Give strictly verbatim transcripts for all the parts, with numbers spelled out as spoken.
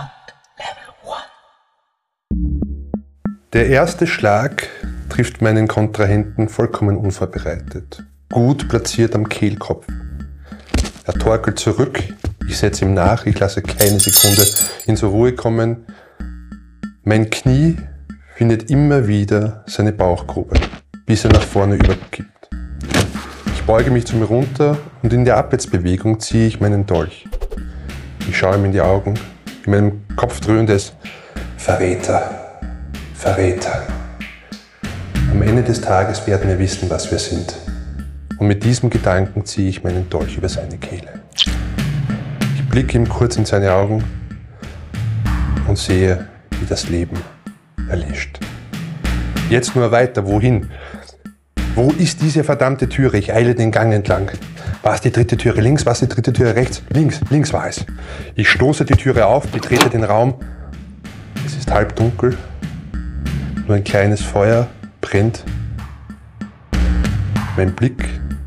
Sound Level One. Der erste Schlag trifft meinen Kontrahenten vollkommen unvorbereitet. Gut platziert am Kehlkopf. Er torkelt zurück, ich setze ihm nach, ich lasse keine Sekunde ihn zur Ruhe kommen. Mein Knie findet immer wieder seine Bauchgrube, bis er nach vorne überkippt. Ich beuge mich zu mir runter und in der Abwärtsbewegung ziehe ich meinen Dolch. Ich schaue ihm in die Augen, in meinem Kopf dröhnt es: Verräter, Verräter. Am Ende des Tages werden wir wissen, was wir sind. Und mit diesem Gedanken ziehe ich meinen Dolch über seine Kehle. Ich blicke ihm kurz in seine Augen und sehe, wie das Leben erlischt. Jetzt nur weiter, wohin? Wo ist diese verdammte Türe? Ich eile den Gang entlang. War es die dritte Türe links? War es die dritte Türe rechts? Links, links war es. Ich stoße die Türe auf, betrete den Raum. Es ist halbdunkel. Nur ein kleines Feuer brennt. Mein Blick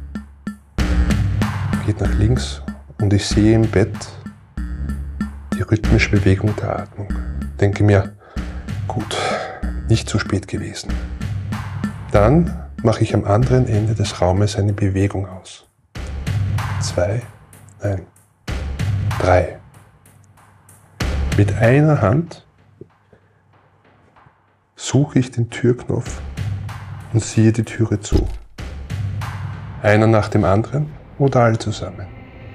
geht nach links und ich sehe im Bett die rhythmische Bewegung der Atmung. Denke mir, gut, nicht zu spät gewesen. Dann mache ich am anderen Ende des Raumes eine Bewegung aus. Zwei, nein, drei. Mit einer Hand suche ich den Türknopf und ziehe die Türe zu. Einer nach dem anderen oder alle zusammen.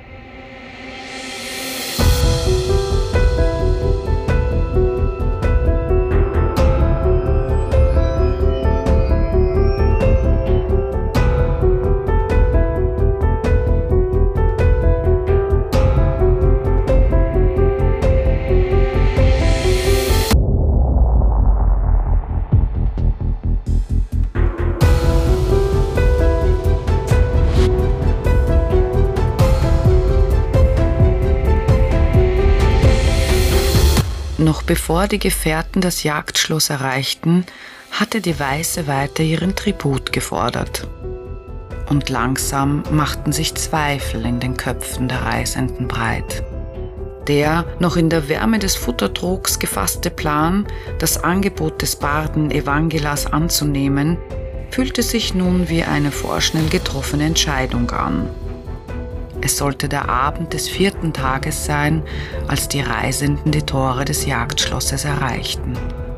Noch bevor die Gefährten das Jagdschloss erreichten, hatte die Weiße weiter ihren Tribut gefordert. Und langsam machten sich Zweifel in den Köpfen der Reisenden breit. Der noch in der Wärme des Futtertrogs gefasste Plan, das Angebot des Barden Evangelas anzunehmen, fühlte sich nun wie eine vorschnell getroffene Entscheidung an. Es sollte der Abend des vierten Tages sein, als die Reisenden die Tore des Jagdschlosses erreichten.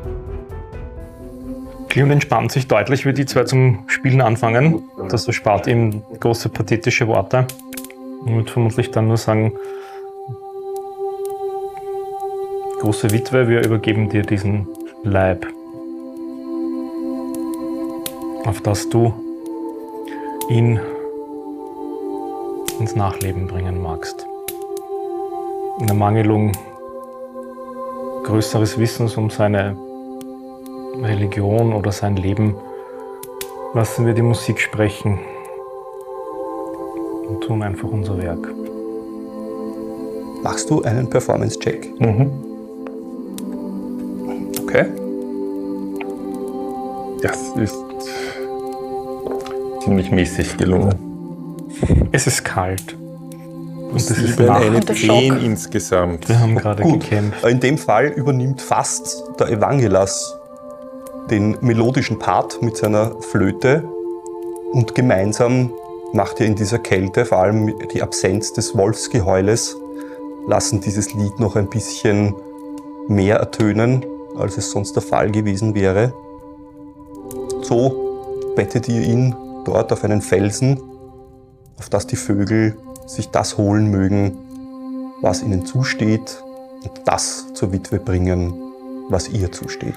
Cleon entspannt sich deutlich, wie die zwei zum Spielen anfangen. Das erspart ihm große pathetische Worte. Und wird vermutlich dann nur sagen: Große Witwe, wir übergeben dir diesen Leib, auf dass du ihn ins Nachleben bringen magst. In Ermangelung größeres Wissens um seine Religion oder sein Leben lassen wir die Musik sprechen und tun einfach unser Werk. Machst du einen Performance-Check? Mhm. Okay. Das ist ziemlich mäßig gelungen. Es ist kalt. Und das ist eine Nacht. zehn insgesamt. Wir haben gerade Gut. gekämpft. In dem Fall übernimmt fast der Evangelas den melodischen Part mit seiner Flöte und gemeinsam macht ihr in dieser Kälte, vor allem die Absenz des Wolfsgeheules, lassen dieses Lied noch ein bisschen mehr ertönen, als es sonst der Fall gewesen wäre. So bettet ihr ihn dort auf einen Felsen, auf dass die Vögel sich das holen mögen, was ihnen zusteht, und das zur Witwe bringen, was ihr zusteht.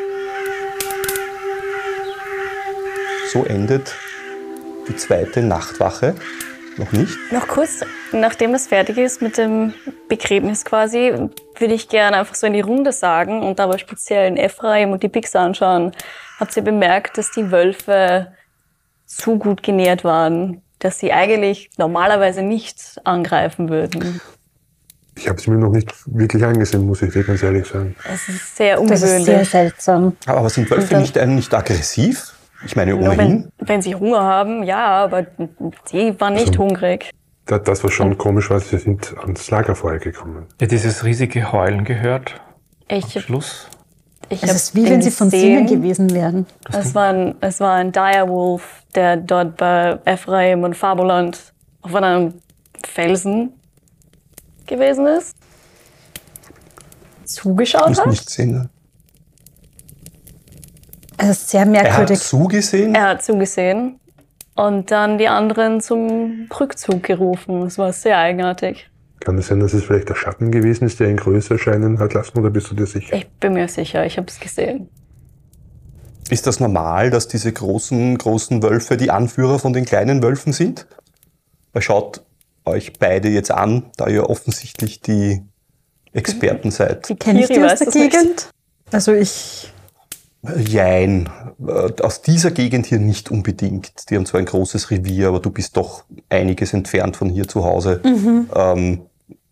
So endet die zweite Nachtwache. Noch nicht? Noch kurz, nachdem das fertig ist mit dem Begräbnis quasi, würde ich gerne einfach so in die Runde sagen und aber speziell in Ephraim und die Pigs anschauen. Habt ihr bemerkt, dass die Wölfe zu gut genährt waren, dass sie eigentlich normalerweise nicht angreifen würden? Ich habe es mir noch nicht wirklich angesehen, muss ich dir ganz ehrlich sagen. Es ist sehr ungewöhnlich. Das ist sehr seltsam. Aber sind Wölfe dann, nicht, äh, nicht aggressiv? Ich meine, nur ohnehin. wenn, wenn sie Hunger haben, ja, aber sie waren nicht Also, hungrig. Da- Das, was schon komisch war, sie sind ans Lagerfeuer gekommen. Ja, dieses riesige Heulen gehört Ich, am Schluss. ich Es hab ist wie den wenn sie von gesehen. Sinnen gewesen wären. Es war, ein, es war ein Direwolf, der dort bei Ephraim und Fabuland auf einem Felsen gewesen ist. Zugeschaut Muss hat. nicht sehen. Es ist sehr Er hat merkwürdig. zugesehen. Er hat zugesehen und dann die anderen zum Rückzug gerufen. Es war sehr eigenartig. Kann es sein, dass es vielleicht der Schatten gewesen ist, der ihn größer erscheinen hat lassen, oder bist du dir sicher? Ich bin mir sicher, ich habe es gesehen. Ist das normal, dass diese großen, großen Wölfe die Anführer von den kleinen Wölfen sind? Weil schaut euch beide jetzt an, da ihr offensichtlich die Experten seid. Die Kenne ich Kiri die aus weiß der das nicht. Gegend? Also ich... Jein. Äh, Aus dieser Gegend hier nicht unbedingt. Die haben zwar ein großes Revier, aber du bist doch einiges entfernt von hier zu Hause. Ähm,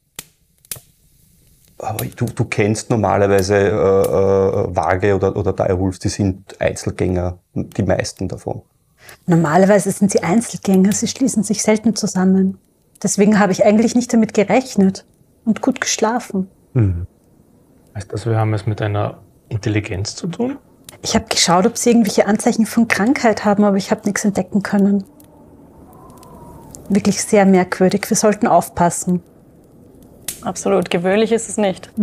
aber du, du kennst normalerweise äh, äh, Wage oder, oder Direwolves, die sind Einzelgänger, die meisten davon. Normalerweise sind sie Einzelgänger, sie schließen sich selten zusammen. Deswegen habe ich eigentlich nicht damit gerechnet und gut geschlafen. Heißt das, wir haben es mit einer Intelligenz zu tun? Ich habe geschaut, ob sie irgendwelche Anzeichen von Krankheit haben, aber ich habe nichts entdecken können. Wirklich sehr merkwürdig. Wir sollten aufpassen. Absolut, gewöhnlich ist es nicht.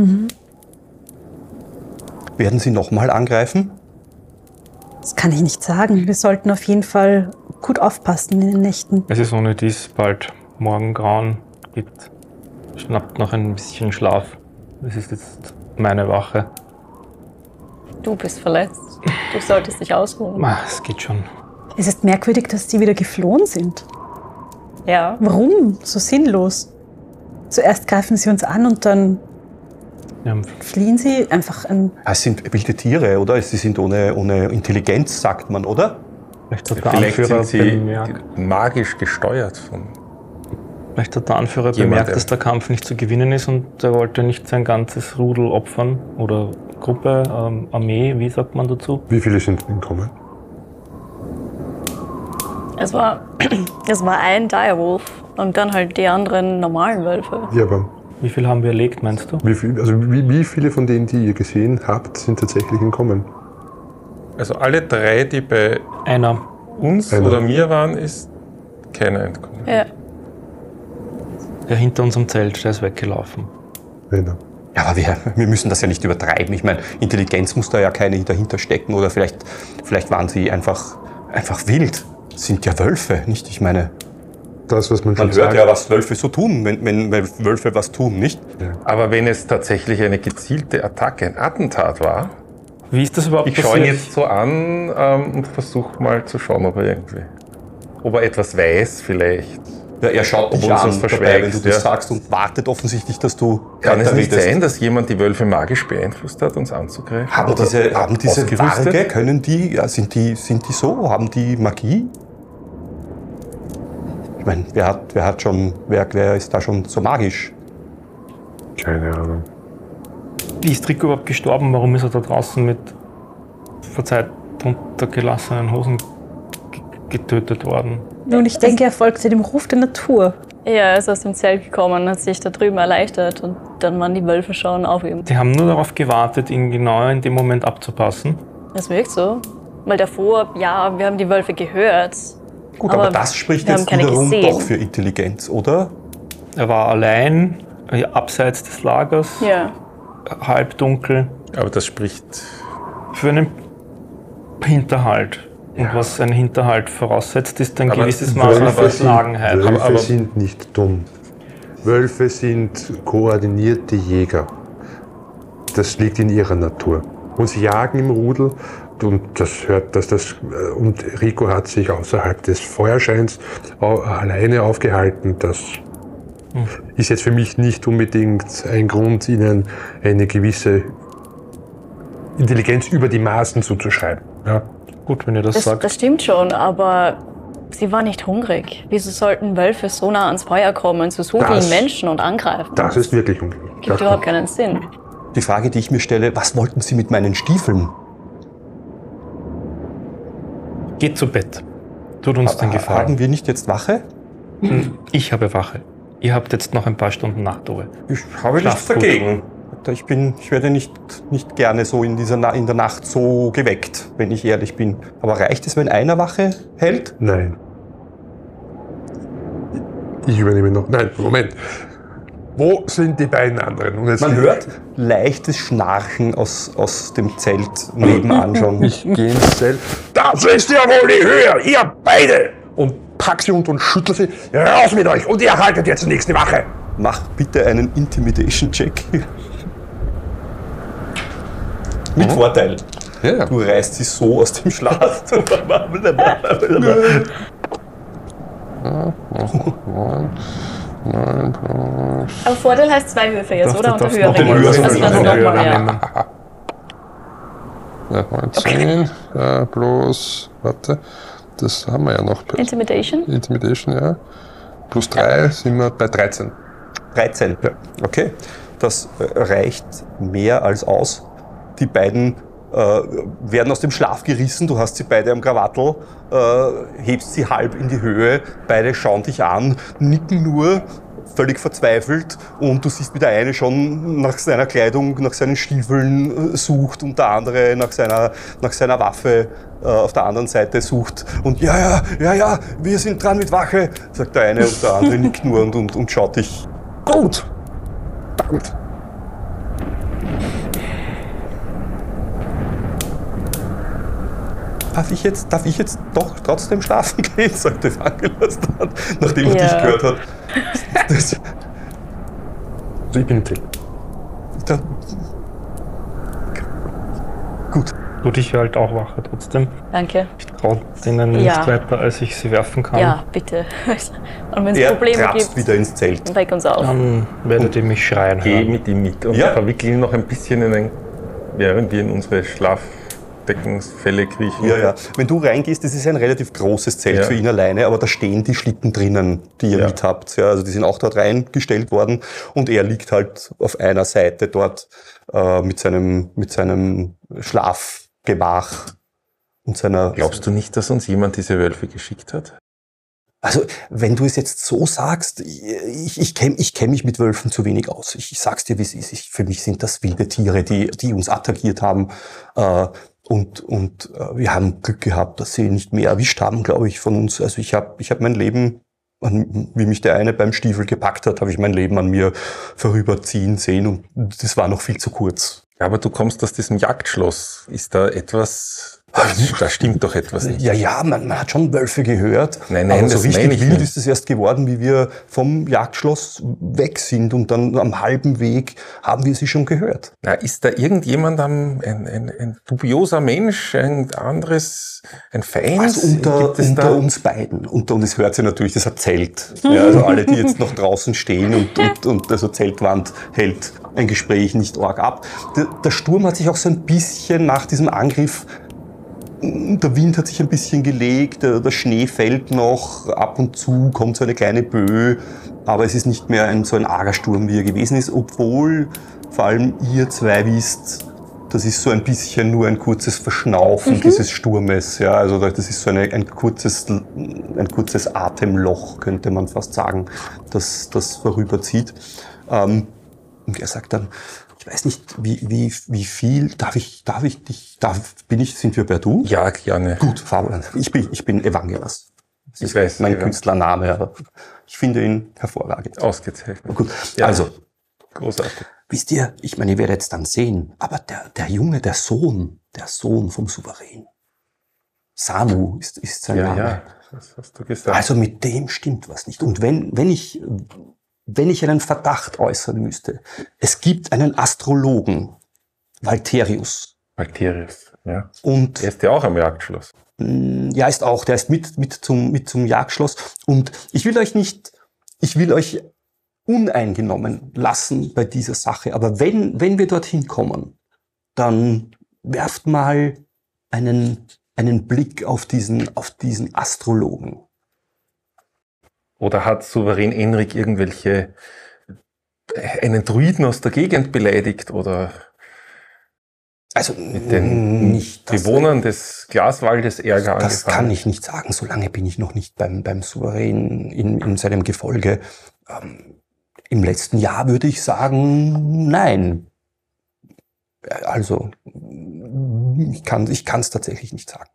Werden sie nochmal angreifen? Das kann ich nicht sagen. Wir sollten auf jeden Fall gut aufpassen in den Nächten. Es ist ohne dies bald Morgengrauen gibt. Schnappt noch ein bisschen Schlaf. Es ist jetzt meine Wache. Du bist verletzt. Du solltest dich ausruhen. Ah, es geht schon. Es ist merkwürdig, dass sie wieder geflohen sind. Ja. Warum? So sinnlos. Zuerst greifen sie uns an und dann Wir haben fliehen sie. Einfach ein... Ah, es sind wilde Tiere, oder? Sie sind ohne, ohne Intelligenz, sagt man, oder? vielleicht hat der Vielleicht Anführer sind sie bemerkt, magisch gesteuert von. vielleicht hat der Anführer Jemand, bemerkt, der- dass der Kampf nicht zu gewinnen ist und er wollte nicht sein ganzes Rudel opfern oder Gruppe, ähm, Armee, wie sagt man dazu? Wie viele sind entkommen? Es war, es war ein Direwolf und dann halt die anderen normalen Wölfe. Ja, aber Wie viel haben wir erlegt, meinst du? wie, viel, also wie, wie viele von denen, die ihr gesehen habt, sind tatsächlich entkommen? Also alle drei, die bei Einer. uns Einer. oder mir waren, ist keiner entkommen. Ja. Der hinter unserem Zelt, der ist weggelaufen. Einer. Ja, aber wir, wir müssen das ja nicht übertreiben. Ich meine, Intelligenz muss da ja keine dahinter stecken. Oder vielleicht, vielleicht waren sie einfach, einfach wild. Das sind ja Wölfe, nicht? Ich meine, Das, was man schon man hört sagt. ja, was Wölfe so tun, wenn, wenn, wenn Wölfe was tun, nicht? Aber wenn es tatsächlich eine gezielte Attacke, ein Attentat war, Wie ist das überhaupt ich schaue ihn passiert? jetzt so an ähm, und versuche mal zu schauen, ob er irgendwie, ob er etwas weiß vielleicht. Ja, er schaut dich Obwohl du an, es dabei, verschweigst, wenn du das ja. sagst und wartet offensichtlich, dass du Kann es weiter nicht redest. sein, dass jemand die Wölfe magisch beeinflusst hat, uns anzugreifen? Haben Oder diese, haben diese ausgerüstet? Warge, können die, ja, sind die, sind die so? Haben die Magie? Ich meine, wer hat, wer hat schon, wer, wer ist da schon so magisch? Keine Ahnung. Wie ist Rico überhaupt gestorben? Warum ist er da draußen mit, verzeiht, runtergelassenen Hosen g- getötet worden? Nun, ich denke, er folgte dem Ruf der Natur. Ja, er ist aus dem Zelt gekommen, hat sich da drüben erleichtert und dann waren die Wölfe schon auf ihm. Die haben nur darauf gewartet, ihn genau in dem Moment abzupassen. Das wirkt so. Weil davor, ja, wir haben die Wölfe gehört. Gut, aber, Aber das spricht wir haben jetzt keine wiederum gesehen. doch für Intelligenz, oder? Er war allein, äh, abseits des Lagers, Ja. halbdunkel, Aber das spricht. für einen Hinterhalt. Und was ein Hinterhalt voraussetzt, ist ein Aber gewisses Maß an Wölfe sind, Verschlagenheit. Wölfe Aber- aber- sind nicht dumm. Wölfe sind koordinierte Jäger. Das liegt in ihrer Natur. Und sie jagen im Rudel. Und das hört, dass das und Rico hat sich außerhalb des Feuerscheins au- alleine aufgehalten. Das ist jetzt für mich nicht unbedingt ein Grund, ihnen eine gewisse Intelligenz über die Maßen zuzuschreiben. Ja. Gut, wenn ihr das, Das, sagt. das stimmt schon, aber sie war nicht hungrig. Wieso sollten Wölfe so nah ans Feuer kommen, zu so Das- vielen Menschen und angreifen? Das ist wirklich unglaublich. gibt überhaupt keinen Sinn. Die Frage, die ich mir stelle, was wollten Sie mit meinen Stiefeln? Geht zu Bett. Tut uns den Ha- Gefallen. Haben wir nicht jetzt Wache? Ich habe Wache. Ihr habt jetzt noch ein paar Stunden Nachtruhe. Ich habe nichts Schlaft gut. dagegen. Ich, bin, ich werde nicht, nicht gerne so in, dieser Na in der Nacht so geweckt, wenn ich ehrlich bin. Aber reicht es, wenn einer Wache hält? Nein. Ich übernehme noch. Nein, Moment. Wo sind die beiden anderen? Und jetzt Man hört leichtes Schnarchen aus, aus dem Zelt nebenan schon. Ich gehe ins Zelt. Das ist ja wohl die Höhe, ihr beide! Und pack sie und, und schüttel sie. Raus mit euch! Und ihr haltet jetzt die nächste Wache! Mach bitte einen Intimidation-Check. Mit Vorteil. Ja. Du reißt sie so aus dem Schlaf. Aber Vorteil heißt zwei Würfe jetzt, Doch, oder? du Und der darfst höhere noch den geht. höheren Also dann nehmen. nochmal, Höhere ja. nehmen. Ja, neunzehn, ja, plus, warte, das haben wir ja noch. Intimidation? Intimidation, ja. Plus drei sind wir bei dreizehn. dreizehn. Ja. Okay. Das äh, reicht mehr als aus. Die beiden äh, werden aus dem Schlaf gerissen. Du hast sie beide am Krawattel, äh, hebst sie halb in die Höhe. Beide schauen dich an, nicken nur, völlig verzweifelt. Und du siehst, wie der eine schon nach seiner Kleidung, nach seinen Stiefeln äh, sucht und der andere nach seiner, nach seiner Waffe äh, auf der anderen Seite sucht. Und ja, ja, ja, ja, wir sind dran mit Wache, sagt der eine, und der andere nickt nur und, und, und schaut dich. Gut! Verdammt! Darf ich jetzt, darf ich jetzt doch trotzdem schlafen gehen, sagte Evangelos dann, nachdem er Ja. dich gehört hat. Das, Also ich bin im Zelt. da, gut. Gut, ich halt auch Wache trotzdem. Danke. Ich traue denen Ja. nicht weiter, als ich sie werfen kann. Ja, bitte. Und wenn es Er Probleme trapst gibt, wieder ins Zelt. dann weck uns auf. Dann werdet ihr mich schreien Geh hören. mit ihm mit und Ja. verwickel ihn noch ein bisschen in ein, während wir in unsere Schlafdeckensfälle kriechen. Ja, ja. Wenn du reingehst, das ist ein relativ großes Zelt Ja. für ihn alleine, aber da stehen die Schlitten drinnen, die ihr Ja. mit habt. Ja, also die sind auch dort reingestellt worden und er liegt halt auf einer Seite dort äh, mit seinem, mit seinem Schlafgemach und seiner. Glaubst du nicht, dass uns jemand diese Wölfe geschickt hat? Also, wenn du es jetzt so sagst, ich, ich kenne ich kenn mich mit Wölfen zu wenig aus. Ich, ich sag's dir, wie es ist. Ich, für mich sind das wilde Tiere, die, die uns attackiert haben. Äh, und und äh, wir haben Glück gehabt, dass sie nicht mehr erwischt haben, glaube ich, von uns. Also ich habe ich hab mein Leben, an, wie mich der eine beim Stiefel gepackt hat, habe ich mein Leben an mir vorüberziehen sehen. Und das war noch viel zu kurz. Ja, aber du kommst aus diesem Jagdschloss. Ist da etwas... Da, da stimmt doch etwas nicht. Ja, ja, man, man hat schon Wölfe gehört. Nein, nein, aber so das meine richtig ich wild nicht. ist es erst geworden, wie wir vom Jagdschloss weg sind und dann am halben Weg haben wir sie schon gehört. Na, ist da irgendjemand am, ein, ein, ein dubioser Mensch, ein anderes, ein Feind? Also unter, Gibt es unter da? uns beiden. Unter uns hört sie natürlich, das hat Zelt. Ja, also alle, die jetzt noch draußen stehen und, und, und also Zeltwand hält ein Gespräch nicht arg ab. Der, der Sturm hat sich auch so ein bisschen nach diesem Angriff, der Wind hat sich ein bisschen gelegt, der, der Schnee fällt noch, ab und zu kommt so eine kleine Böe, aber es ist nicht mehr ein, so ein arger Sturm, wie er gewesen ist, obwohl vor allem ihr zwei wisst, das ist so ein bisschen nur ein kurzes Verschnaufen dieses Sturmes. Ja, also das ist so eine, ein, kurzes, ein kurzes Atemloch, könnte man fast sagen, das, das vorüberzieht. Ähm, und er sagt dann, ich weiß nicht, wie, wie, wie viel, darf ich, darf ich dich, darf, bin ich, sind wir bei du? Ja, gerne. Gut, Fabian, ich bin, ich bin Evangelos. Das Ich ist weiß, mein ja. Künstlername, aber ich finde ihn hervorragend. Ausgezeichnet. Gut, Ja. also, Großartig. wisst ihr, ich meine, ihr werdet es dann sehen, aber der, der Junge, der Sohn, der Sohn vom Souverän, Samu ist, ist sein Ja, Name. ja, das hast du gesagt. Also mit dem stimmt was nicht. Und wenn, wenn ich, wenn ich einen Verdacht äußern müsste, es gibt einen Astrologen, Valterius, Valterius, ja. und Er ist ja auch am Jagdschloss. Mm, ja, ist auch, der ist mit, mit zum, mit zum Jagdschloss. Und ich will euch nicht, ich will euch uneingenommen lassen bei dieser Sache. Aber wenn, wenn wir dorthin kommen, dann werft mal einen, einen Blick auf diesen, auf diesen Astrologen. Oder hat Souverän Enrik irgendwelche, einen Druiden aus der Gegend beleidigt oder Also mit den nicht Bewohnern des Glaswaldes Ärger angefangen? Das kann ich nicht sagen, solange bin ich noch nicht beim, beim Souverän in, in seinem Gefolge. Ähm, Im letzten Jahr würde ich sagen, nein. Also, ich kann ich kann es tatsächlich nicht sagen.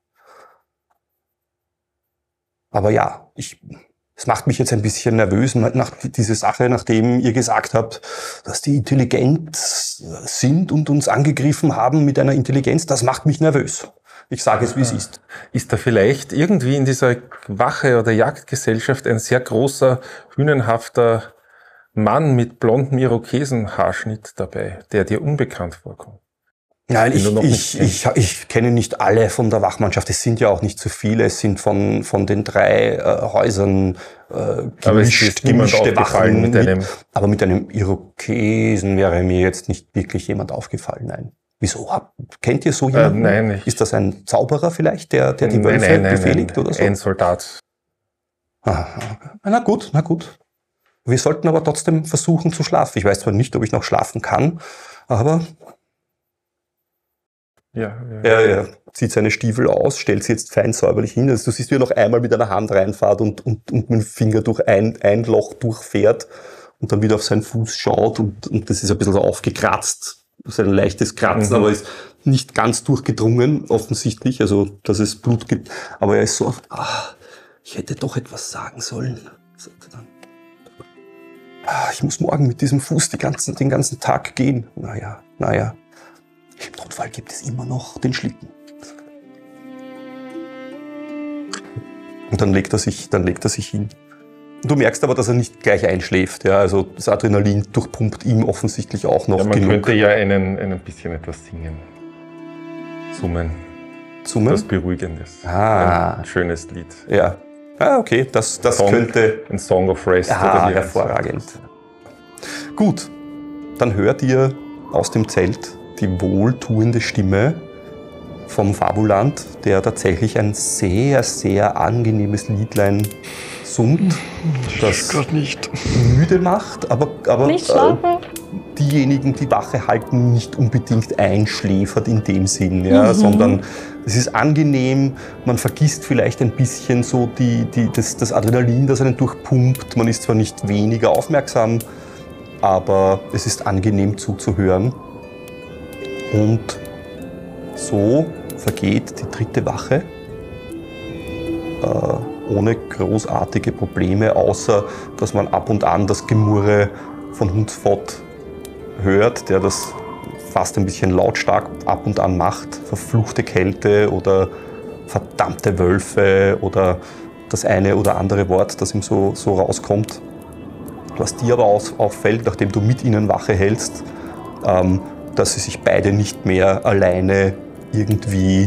Aber ja, ich, es macht mich jetzt ein bisschen nervös, nach diese Sache, nachdem ihr gesagt habt, dass die intelligent sind und uns angegriffen haben mit einer Intelligenz. Das macht mich nervös. Ich sage es, wie es ist. Ist da vielleicht irgendwie in dieser Wache- oder Jagdgesellschaft ein sehr großer, hünenhafter Mann mit blondem Irokesenhaarschnitt dabei, der dir unbekannt vorkommt? Nein, ich, noch ich, ich, ich kenne nicht alle von der Wachmannschaft. Es sind ja auch nicht so viele. Es sind von, von den drei äh, Häusern äh, gemischt, gemischte Wachen. Mit einem mit, aber mit einem Irokesen wäre mir jetzt nicht wirklich jemand aufgefallen. Nein. Wieso? Kennt ihr so jemanden? Äh, nein, nicht. Ist das ein Zauberer vielleicht, der, der die nein, Wölfe nein, nein, befehligt nein, oder so? Ein Soldat. Ah, na gut, na gut. Wir sollten aber trotzdem versuchen zu schlafen. Ich weiß zwar nicht, ob ich noch schlafen kann, aber... Ja, ja. Er, er zieht seine Stiefel aus, stellt sie jetzt fein säuberlich hin. Also du siehst, wie er noch einmal mit einer Hand reinfährt und, und, und mit dem Finger durch ein, ein Loch durchfährt und dann wieder auf seinen Fuß schaut und, und das ist ein bisschen so aufgekratzt. Das ist ein leichtes Kratzen, mhm. aber ist nicht ganz durchgedrungen, offensichtlich, also dass es Blut gibt. Aber er ist so, ah, ich hätte doch etwas sagen sollen. Sagt er dann. Ah, ich muss morgen mit diesem Fuß die ganzen, den ganzen Tag gehen. Naja, naja. Im Notfall gibt es immer noch den Schlitten. Und dann legt er sich, dann legt er sich hin. Und du merkst aber, dass er nicht gleich einschläft. Ja, also das Adrenalin durchpumpt ihm offensichtlich auch noch ja, man genug. Man könnte ja einen, einen bisschen etwas singen. Summen. Summen? Was Beruhigendes. Ah. Ein schönes Lied. Ja. Ah, okay, das, das Song, könnte... Ein Song of Rest. Ah, oder hervorragend. Gut, dann hört ihr aus dem Zelt die wohltuende Stimme vom Fabuland, der tatsächlich ein sehr, sehr angenehmes Liedlein summt, das nicht. müde macht, aber, aber Nicht schlafen. Äh, diejenigen, die Wache halten, nicht unbedingt einschläfert in dem Sinn, ja, Mhm. sondern es ist angenehm, man vergisst vielleicht ein bisschen so die, die, das, das Adrenalin, das einen durchpumpt, man ist zwar nicht weniger aufmerksam, aber es ist angenehm zuzuhören. Und so vergeht die dritte Wache äh, ohne großartige Probleme, außer dass man ab und an das Gemurre von Hundsfott hört, der das fast ein bisschen lautstark ab und an macht. Verfluchte Kälte oder verdammte Wölfe oder das eine oder andere Wort, das ihm so, so rauskommt. Was dir aber auffällt, nachdem du mit ihnen Wache hältst, ähm, dass sie sich beide nicht mehr alleine irgendwie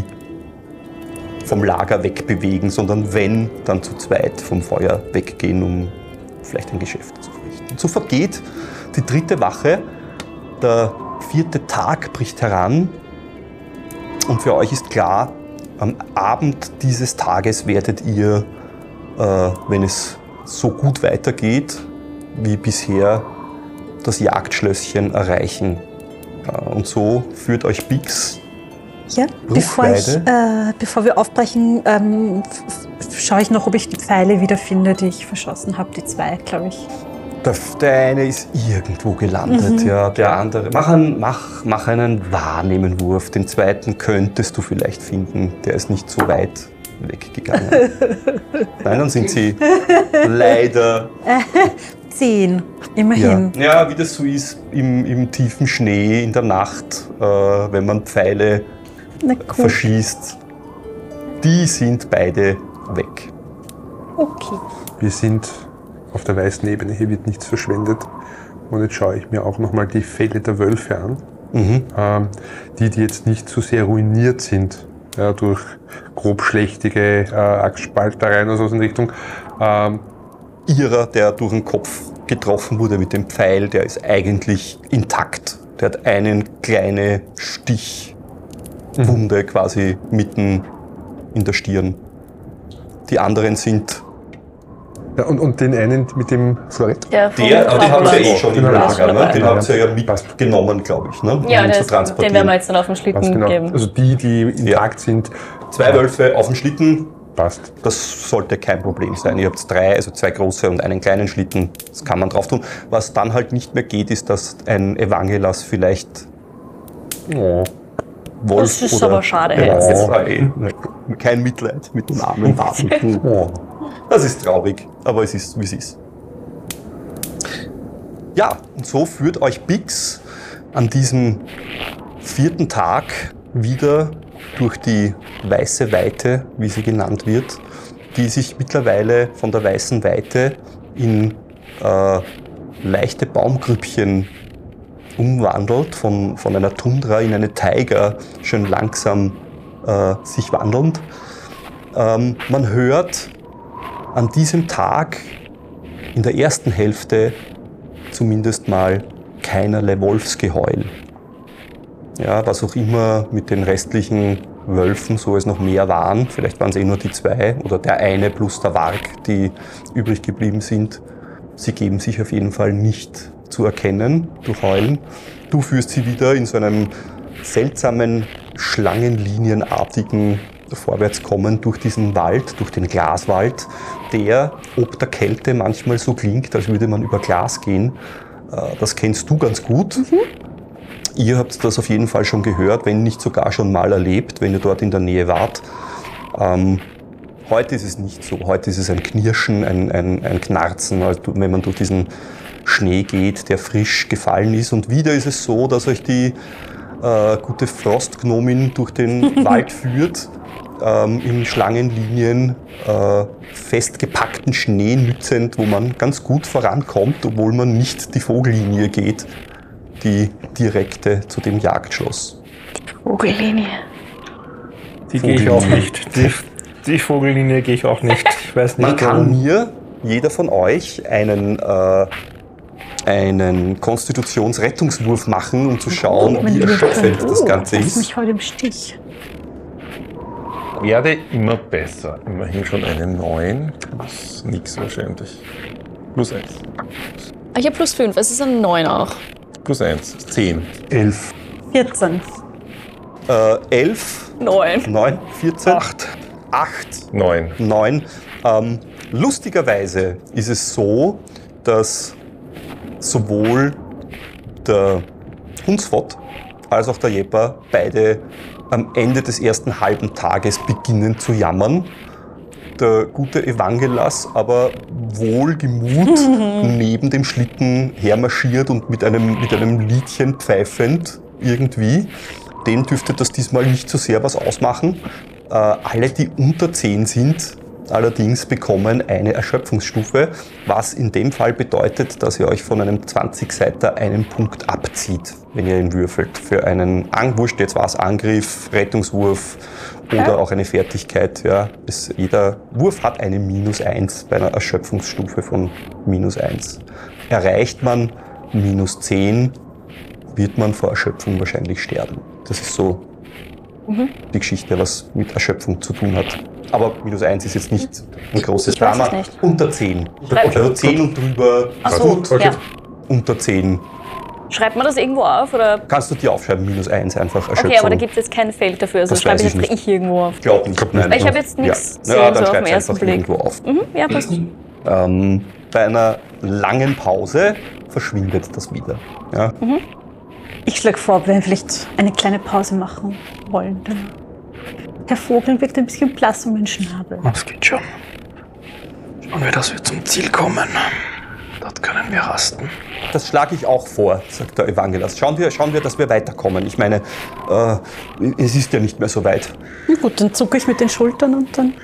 vom Lager wegbewegen, sondern wenn, dann zu zweit vom Feuer weggehen, um vielleicht ein Geschäft zu verrichten. So vergeht die dritte Wache, der vierte Tag bricht heran und für euch ist klar, am Abend dieses Tages werdet ihr, äh, wenn es so gut weitergeht wie bisher, das Jagdschlösschen erreichen. Und so führt euch Bix. Ja, bevor, ich, äh, bevor wir aufbrechen, ähm, schaue ich noch, ob ich die Pfeile wiederfinde, die ich verschossen habe. Die zwei, glaube ich. Der, der eine ist irgendwo gelandet, mhm. ja. Der andere. Mach einen, mach, mach einen Wahrnehmenwurf. Den zweiten könntest du vielleicht finden. Der ist nicht so weit weggegangen. Nein, dann sind sie leider. Zehn, immerhin. Ja, ja, wie das so ist im, im tiefen Schnee in der Nacht, äh, wenn man Pfeile cool. verschießt. Die sind beide weg. Okay. Wir sind auf der weißen Ebene, hier wird nichts verschwendet. Und jetzt schaue ich mir auch nochmal die Felle der Wölfe an. Mhm. Ähm, die, die jetzt nicht so sehr ruiniert sind, ja, durch grobschlächtige äh, Axtspaltereien oder so in Richtung. Ähm, Ihrer, der durch den Kopf getroffen wurde mit dem Pfeil, der ist eigentlich intakt. Der hat eine kleine Stichwunde mhm. quasi mitten in der Stirn. Die anderen sind Ja, und, und den einen mit dem Florett? Der, Der, den habt ihr eh schon im Genau. Lager, ne? Den Ja. habt ihr ja mitgenommen, glaube ich, ne? Ja, um der zu ist, transportieren. den werden wir jetzt dann auf den Schlitten Passt, genau. geben. Also die, die intakt sind, Zwei Wölfe auf dem Schlitten, passt. das sollte kein Problem sein. Ihr habt drei, also zwei große und einen kleinen Schlitten, das kann man drauf tun. Was dann halt nicht mehr geht, ist, dass ein Evangelas vielleicht oh, Wolf Das ist oder aber schade Ja, jetzt. das war eh- kein Mitleid mit dem armen Waffen. Oh. Das ist traurig, aber es ist, wie es ist. Ja, und so führt euch Bix an diesem vierten Tag wieder durch die weiße Weite, wie sie genannt wird, die sich mittlerweile von der weißen Weite in äh, leichte Baumgrüppchen umwandelt, von, von einer Tundra in eine Taiga, schön langsam äh, sich wandelnd. Ähm, man hört an diesem Tag in der ersten Hälfte zumindest mal keinerlei Wolfsgeheul. Ja, was auch immer mit den restlichen Wölfen, so es noch mehr waren, vielleicht waren es eh nur die zwei oder der eine plus der Warg, die übrig geblieben sind, sie geben sich auf jeden Fall nicht zu erkennen durch Heulen. Du führst sie wieder in so einem seltsamen, schlangenlinienartigen Vorwärtskommen durch diesen Wald, durch den Glaswald, der ob der Kälte manchmal so klingt, als würde man über Glas gehen. Das kennst du ganz gut. Mhm. Ihr habt das auf jeden Fall schon gehört, wenn nicht sogar schon mal erlebt, wenn ihr dort in der Nähe wart. Ähm, heute ist es nicht so. Heute ist es ein Knirschen, ein, ein, ein Knarzen, also wenn man durch diesen Schnee geht, der frisch gefallen ist. Und wieder ist es so, dass euch die äh, gute Frostgnomin durch den Wald führt, ähm, in Schlangenlinien, äh, festgepackten Schnee nützend, wo man ganz gut vorankommt, obwohl man nicht die Vogellinie geht, die direkte zu dem Jagdschloss. Vogellinie. Die gehe ich auch nicht. Die, die Vogellinie gehe ich auch nicht. Ich weiß nicht, Man kann warum. mir, jeder von euch, einen, äh, einen Konstitutionsrettungswurf machen, um zu schauen, wie erschöpfend das Ganze Lass ist. mich heute im Stich. Werde immer besser. Immerhin schon eine neun. Plus nix wahrscheinlich. Plus eins. Ah, ich habe plus fünf, es ist ein neun auch. Plus eins. zehn. Elf. vierzehn. Äh, elf, neun. neun, vierzehn, acht, acht, neun. neun. Ähm, lustigerweise ist es so, dass sowohl der Hunsfott als auch der Jepper beide am Ende des ersten halben Tages beginnen zu jammern. Der gute Evangelas aber wohlgemut neben dem Schlitten hermarschiert und mit einem, mit einem Liedchen pfeifend irgendwie. Den dürfte das diesmal nicht so sehr was ausmachen. Äh, alle, die unter zehn sind, allerdings bekommen eine Erschöpfungsstufe, was in dem Fall bedeutet, dass ihr euch von einem zwanzig-Seiter einen Punkt abzieht, wenn ihr ihn würfelt. Für einen Angwurscht, jetzt war es Angriff, Rettungswurf oder auch eine Fertigkeit. Ja. Es, jeder Wurf hat eine minus eins bei einer Erschöpfungsstufe von minus eins. Erreicht man minus zehn, wird man vor Erschöpfung wahrscheinlich sterben. Das ist so mhm. die Geschichte, was mit Erschöpfung zu tun hat. Aber minus eins ist jetzt nicht ein großes Ich weiß Drama. es nicht. Unter zehn. Schreib- Also zehn und drüber. Ach so, gut. ja. Unter zehn. Schreibt man das irgendwo auf? Oder? Kannst du dir aufschreiben, minus eins einfach Erschöpfung. Okay, aber da gibt es jetzt kein Feld dafür, also Das schreibe weiß ich ich jetzt nicht. ich irgendwo auf. Ich glaube nicht. Nein. Ich habe jetzt nichts ja. gesehen, Ja, dann so auf den schreib's ersten einfach Blick. irgendwo auf. Mhm, ja, passt. Ähm, bei einer langen Pause verschwindet das wieder. Ja. Mhm. Ich schlage vor, ob wir vielleicht eine kleine Pause machen wollen. Dann Herr Vogel wirkt ein bisschen blass um den Schnabel. Das geht schon. Schauen wir, dass wir zum Ziel kommen. Dort können wir rasten. Das schlage ich auch vor, sagt der Evangelas. Schauen wir, schauen wir, dass wir weiterkommen. Ich meine, äh, es ist ja nicht mehr so weit. Na gut, dann zucke ich mit den Schultern und dann,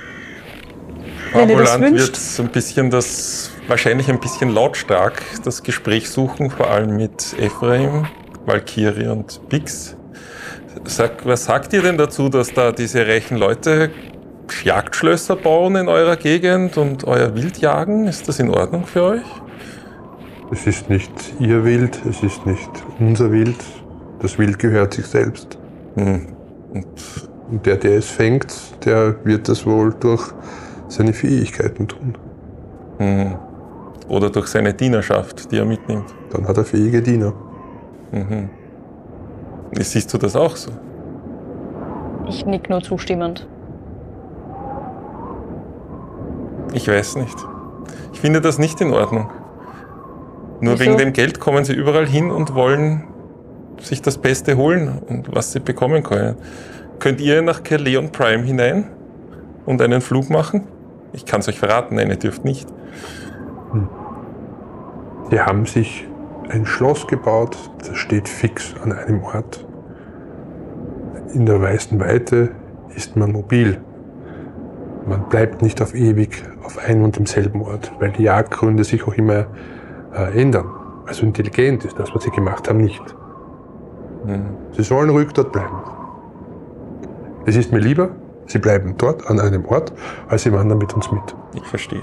wenn ihr das Ambulant wünscht. wird ein bisschen das, wahrscheinlich ein bisschen lautstark das Gespräch suchen, vor allem mit Ephraim, Valkyrie und Bix. Sag, was sagt ihr denn dazu, dass da diese reichen Leute Jagdschlösser bauen in eurer Gegend und euer Wild jagen? Ist das in Ordnung für euch? Es ist nicht ihr Wild, es ist nicht unser Wild. Das Wild gehört sich selbst. Hm. Und Und der, der es fängt, der wird das wohl durch seine Fähigkeiten tun. Mhm. Oder durch seine Dienerschaft, die er mitnimmt. Dann hat er fähige Diener. Mhm. Siehst du das auch so? Ich nick nur zustimmend. Ich weiß nicht. Ich finde das nicht in Ordnung. Nur Wieso? wegen dem Geld kommen sie überall hin und wollen sich das Beste holen und was sie bekommen können. Könnt ihr nach Caerleon Prime hinein und einen Flug machen? Ich kann es euch verraten, nein, ihr dürft nicht. Die haben sich ein Schloss gebaut, das steht fix an einem Ort. In der weißen Weite ist man mobil. Man bleibt nicht auf ewig auf einem und demselben Ort, weil die Jagdgründe sich auch immer äh, ändern. Also intelligent ist das, was sie gemacht haben, nicht. Mhm. Sie sollen ruhig dort bleiben. Es ist mir lieber, sie bleiben dort an einem Ort, als sie wandern mit uns mit. Ich verstehe.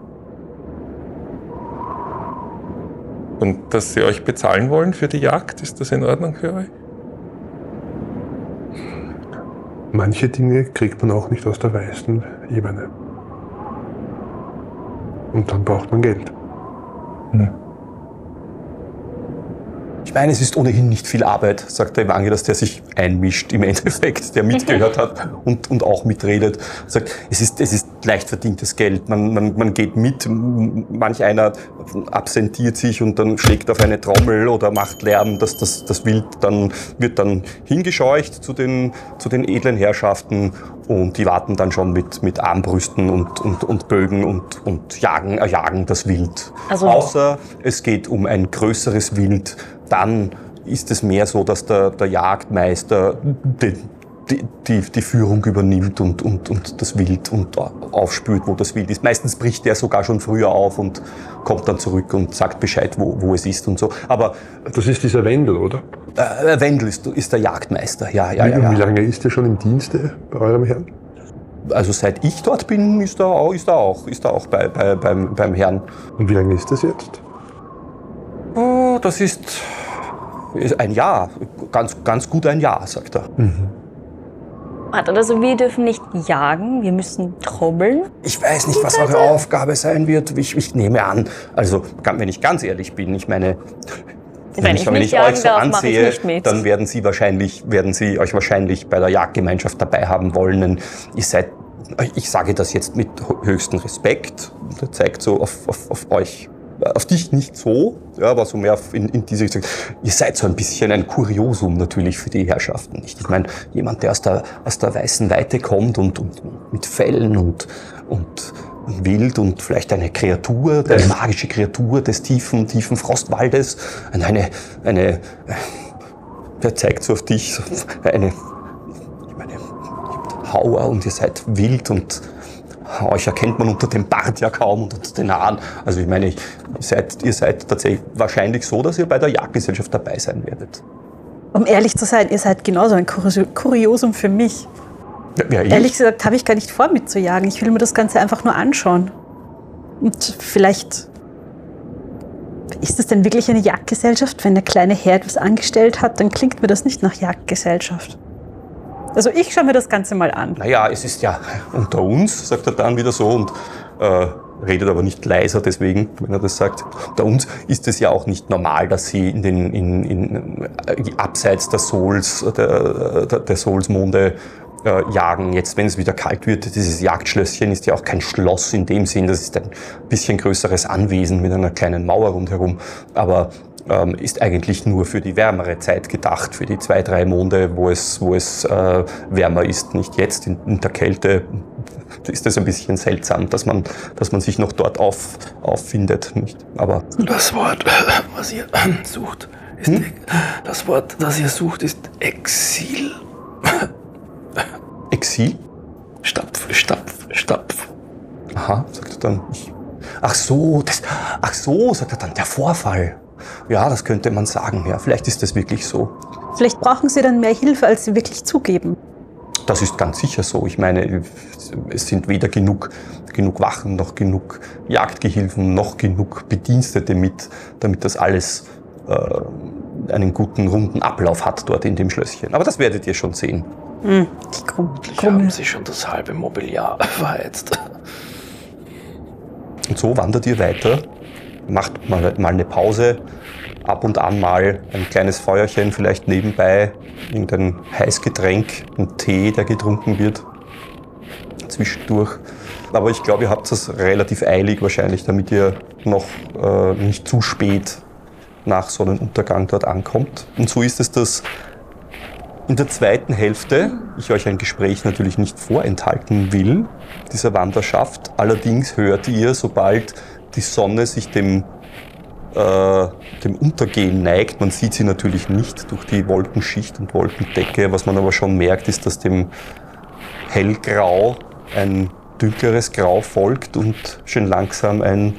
Und dass sie euch bezahlen wollen für die Jagd, ist das in Ordnung für euch? Manche Dinge kriegt man auch nicht aus der weißen Ebene. Und dann braucht man Geld. Hm. Ich meine, es ist ohnehin nicht viel Arbeit, sagt der Evangelos, der sich einmischt im Endeffekt, der mitgehört hat und, und auch mitredet. Sagt, es ist, es ist leicht verdientes Geld. Man, man, man geht mit, manch einer absentiert sich und dann schlägt auf eine Trommel oder macht Lärm. Das, das, das Wild dann, wird dann hingescheucht zu den, zu den edlen Herrschaften und die warten dann schon mit, mit Armbrüsten und, und, und Bögen und, und jagen, erjagen das Wild. Also- Außer es geht um ein größeres Wild, dann ist es mehr so, dass der, der Jagdmeister die, die, die, die Führung übernimmt und, und, und das Wild und aufspürt, wo das Wild ist. Meistens bricht der sogar schon früher auf und kommt dann zurück und sagt Bescheid, wo, wo es ist und so. Aber Das ist dieser Wendel, oder? äh, Wendel ist, ist der Jagdmeister, ja, ja, Wie, ja, wie ja. lange ist er schon im Dienste bei eurem Herrn? Also seit ich dort bin, ist er auch, ist er auch, ist er auch bei, bei, beim, beim Herrn. Und wie lange ist das jetzt? Oh, das ist, ist ein Jahr, ganz, ganz gut ein Jahr, sagt er. Warte, also wir dürfen nicht jagen, wir müssen trommeln. Ich weiß nicht, was eure Aufgabe sein wird. Ich, ich nehme an, also wenn ich ganz ehrlich bin, ich meine, Wenn ich wenn nicht ich jagen euch so darf, mache ich ansehe, nicht mit. dann werden sie wahrscheinlich, werden sie euch wahrscheinlich bei der Jagdgemeinschaft dabei haben wollen. Denn ihr seid, ich sage das jetzt mit höchstem Respekt. Der zeigt so auf, auf, auf euch, auf dich nicht so, ja, aber so mehr in, in diese Richtung. Ihr seid so ein bisschen ein Kuriosum natürlich für die Herrschaften, nicht? Ich meine, jemand, der aus der, aus der weißen Weite kommt und, und mit Fellen und, und Wild und vielleicht eine Kreatur, eine magische Kreatur des tiefen, tiefen Frostwaldes, eine, eine, der zeigt so auf dich, so eine, ich meine, ihr habt Hauer und ihr seid wild und euch erkennt man unter dem Bart ja kaum und unter den Haaren. Also ich meine, ihr seid, ihr seid tatsächlich wahrscheinlich so, dass ihr bei der Jagdgesellschaft dabei sein werdet. Um ehrlich zu sein, ihr seid genauso ein Kurio- Kuriosum für mich. Ja, ich? Ehrlich gesagt habe ich gar nicht vor, mitzujagen. Ich will mir das Ganze einfach nur anschauen. Und vielleicht ist es denn wirklich eine Jagdgesellschaft? Wenn der kleine Herr etwas angestellt hat, dann klingt mir das nicht nach Jagdgesellschaft. Also ich schaue mir das Ganze mal an. Naja, es ist ja unter uns, sagt er dann wieder so und äh, redet aber nicht leiser deswegen, wenn er das sagt. Unter uns ist es ja auch nicht normal, dass sie in den in, in, äh, abseits der Souls, der, der, der Soulsmonde äh, jagen. Jetzt, wenn es wieder kalt wird, dieses Jagdschlösschen ist ja auch kein Schloss in dem Sinn, das ist ein bisschen größeres Anwesen mit einer kleinen Mauer rundherum, aber ähm, ist eigentlich nur für die wärmere Zeit gedacht, für die zwei, drei Monde, wo es, wo es äh, wärmer ist, nicht jetzt in, in der Kälte. Ist das ein bisschen seltsam, dass man, dass man sich noch dort auf, auffindet, nicht? Aber Das Wort, was ihr sucht, ist Hm? das Wort, das ihr sucht, ist Exil. Exil? Stapf, Stapf, Stapf. Aha, sagt er dann. Ich, ach so, das, ach so, sagt er dann, der Vorfall. Ja, das könnte man sagen, ja, vielleicht ist das wirklich so. Vielleicht brauchen sie dann mehr Hilfe, als sie wirklich zugeben. Das ist ganz sicher so. Ich meine, es sind weder genug, genug Wachen, noch genug Jagdgehilfen, noch genug Bedienstete mit, damit das alles äh, einen guten, runden Ablauf hat dort in dem Schlösschen. Aber das werdet ihr schon sehen. Hm, die Krumm, Ich Krummel. haben sie schon das halbe Mobiliar verheizt. Und so wandert ihr weiter, macht mal, mal eine Pause, ab und an mal ein kleines Feuerchen, vielleicht nebenbei irgendein Heißgetränk, ein Tee, der getrunken wird, zwischendurch. Aber ich glaube, ihr habt es relativ eilig wahrscheinlich, damit ihr noch äh, nicht zu spät nach Sonnenuntergang dort ankommt. Und so ist es, dass in der zweiten Hälfte ich euch ein Gespräch natürlich nicht vorenthalten will, dieser Wanderschaft. Allerdings hört ihr, sobald die Sonne sich dem, äh, dem Untergehen neigt, man sieht sie natürlich nicht durch die Wolkenschicht und Wolkendecke, was man aber schon merkt, ist, dass dem Hellgrau ein dunkleres Grau folgt und schön langsam ein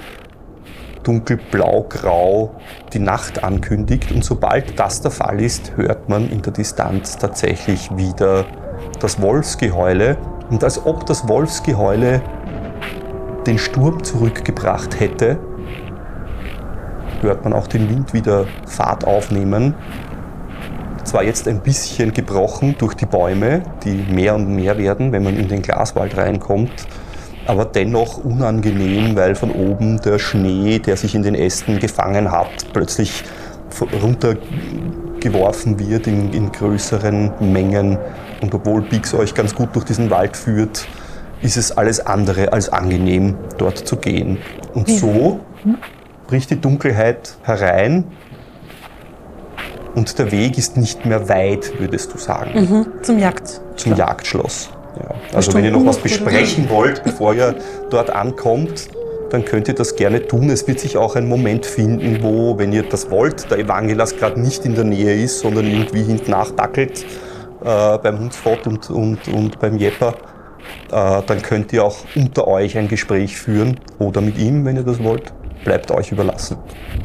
dunkelblau-grau die Nacht ankündigt. Und sobald das der Fall ist, hört man in der Distanz tatsächlich wieder das Wolfsgeheule. Und als ob das Wolfsgeheule den Sturm zurückgebracht hätte, hört man auch den Wind wieder Fahrt aufnehmen. Zwar jetzt ein bisschen gebrochen durch die Bäume, die mehr und mehr werden, wenn man in den Glaswald reinkommt, aber dennoch unangenehm, weil von oben der Schnee, der sich in den Ästen gefangen hat, plötzlich runtergeworfen wird in, in größeren Mengen. Und obwohl Bix euch ganz gut durch diesen Wald führt, ist es alles andere als angenehm, dort zu gehen. Und so bricht die Dunkelheit herein und der Weg ist nicht mehr weit, würdest du sagen. Mhm. Zum Jagd. Zum Jagdschloss. Ja. Also wenn ihr noch was besprechen wollt, bevor ihr dort ankommt, dann könnt ihr das gerne tun. Es wird sich auch ein Moment finden, wo, wenn ihr das wollt, der Evangelas gerade nicht in der Nähe ist, sondern irgendwie hinten nachdackelt äh, beim Hunsfott und, und, und beim Jepper, äh, dann könnt ihr auch unter euch ein Gespräch führen oder mit ihm, wenn ihr das wollt. Bleibt euch überlassen.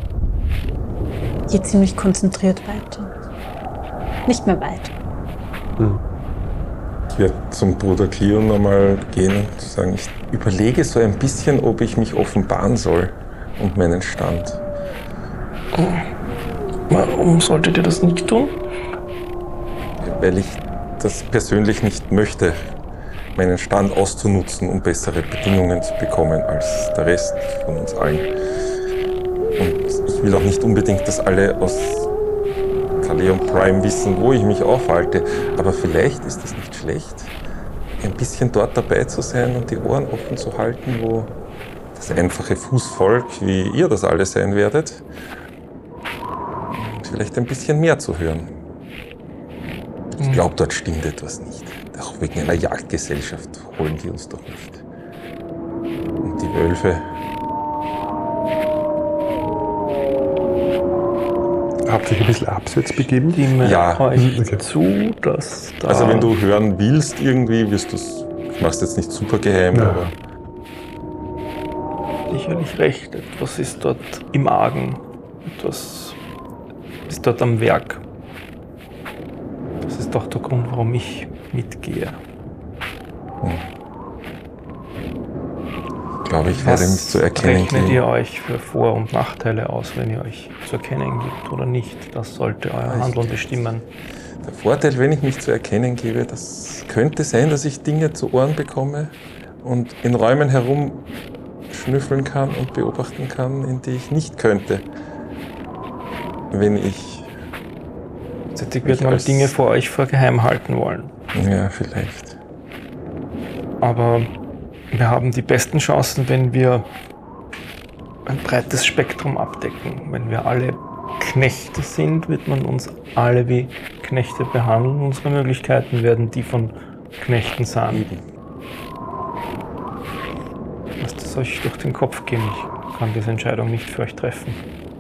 Geht ziemlich konzentriert weiter. Nicht mehr weit. Hm. Ich werde zum Bruder Clio nochmal gehen und sagen, ich überlege so ein bisschen, ob ich mich offenbaren soll und meinen Stand. Warum solltet ihr das nicht tun? Weil ich das persönlich nicht möchte, meinen Stand auszunutzen, um bessere Bedingungen zu bekommen als der Rest von uns allen. Und ich will auch nicht unbedingt, dass alle aus Kaleon Prime wissen, wo ich mich aufhalte. Aber vielleicht ist es nicht schlecht, ein bisschen dort dabei zu sein und die Ohren offen zu halten, wo das einfache Fußvolk, wie ihr das alle sein werdet, vielleicht ein bisschen mehr zu hören. Ich glaube, dort stimmt etwas nicht. Auch wegen einer Jagdgesellschaft holen die uns doch nicht. Und die Wölfe. Habt ihr euch ein bisschen abseits begeben? Stimme Ja. euch Okay. zu, dass da... Also wenn du hören willst irgendwie, wirst du es, ich mach's jetzt nicht super geheim, Ja. aber sicherlich recht, etwas ist dort im Argen, etwas ist dort am Werk. Das ist doch der Grund, warum ich mitgehe. ich glaube, ich werde mich zu erkennen rechnet geben. ihr euch für Vor- und Nachteile aus, wenn ihr euch zu erkennen gebt oder nicht? Das sollte euer Ich- Handeln bestimmen. Der Vorteil, wenn ich mich zu erkennen gebe, das könnte sein, dass ich Dinge zu Ohren bekomme und in Räumen herumschnüffeln kann und beobachten kann, in die ich nicht könnte, wenn ich, Zetig wird Ich mal als- Dinge vor euch vor geheim halten wollen. ja, vielleicht. Aber wir haben die besten Chancen, wenn wir ein breites Spektrum abdecken. Wenn wir alle Knechte sind, wird man uns alle wie Knechte behandeln. Unsere Möglichkeiten werden die von Knechten sein. Lasst es euch durch den Kopf gehen. Ich kann diese Entscheidung nicht für euch treffen.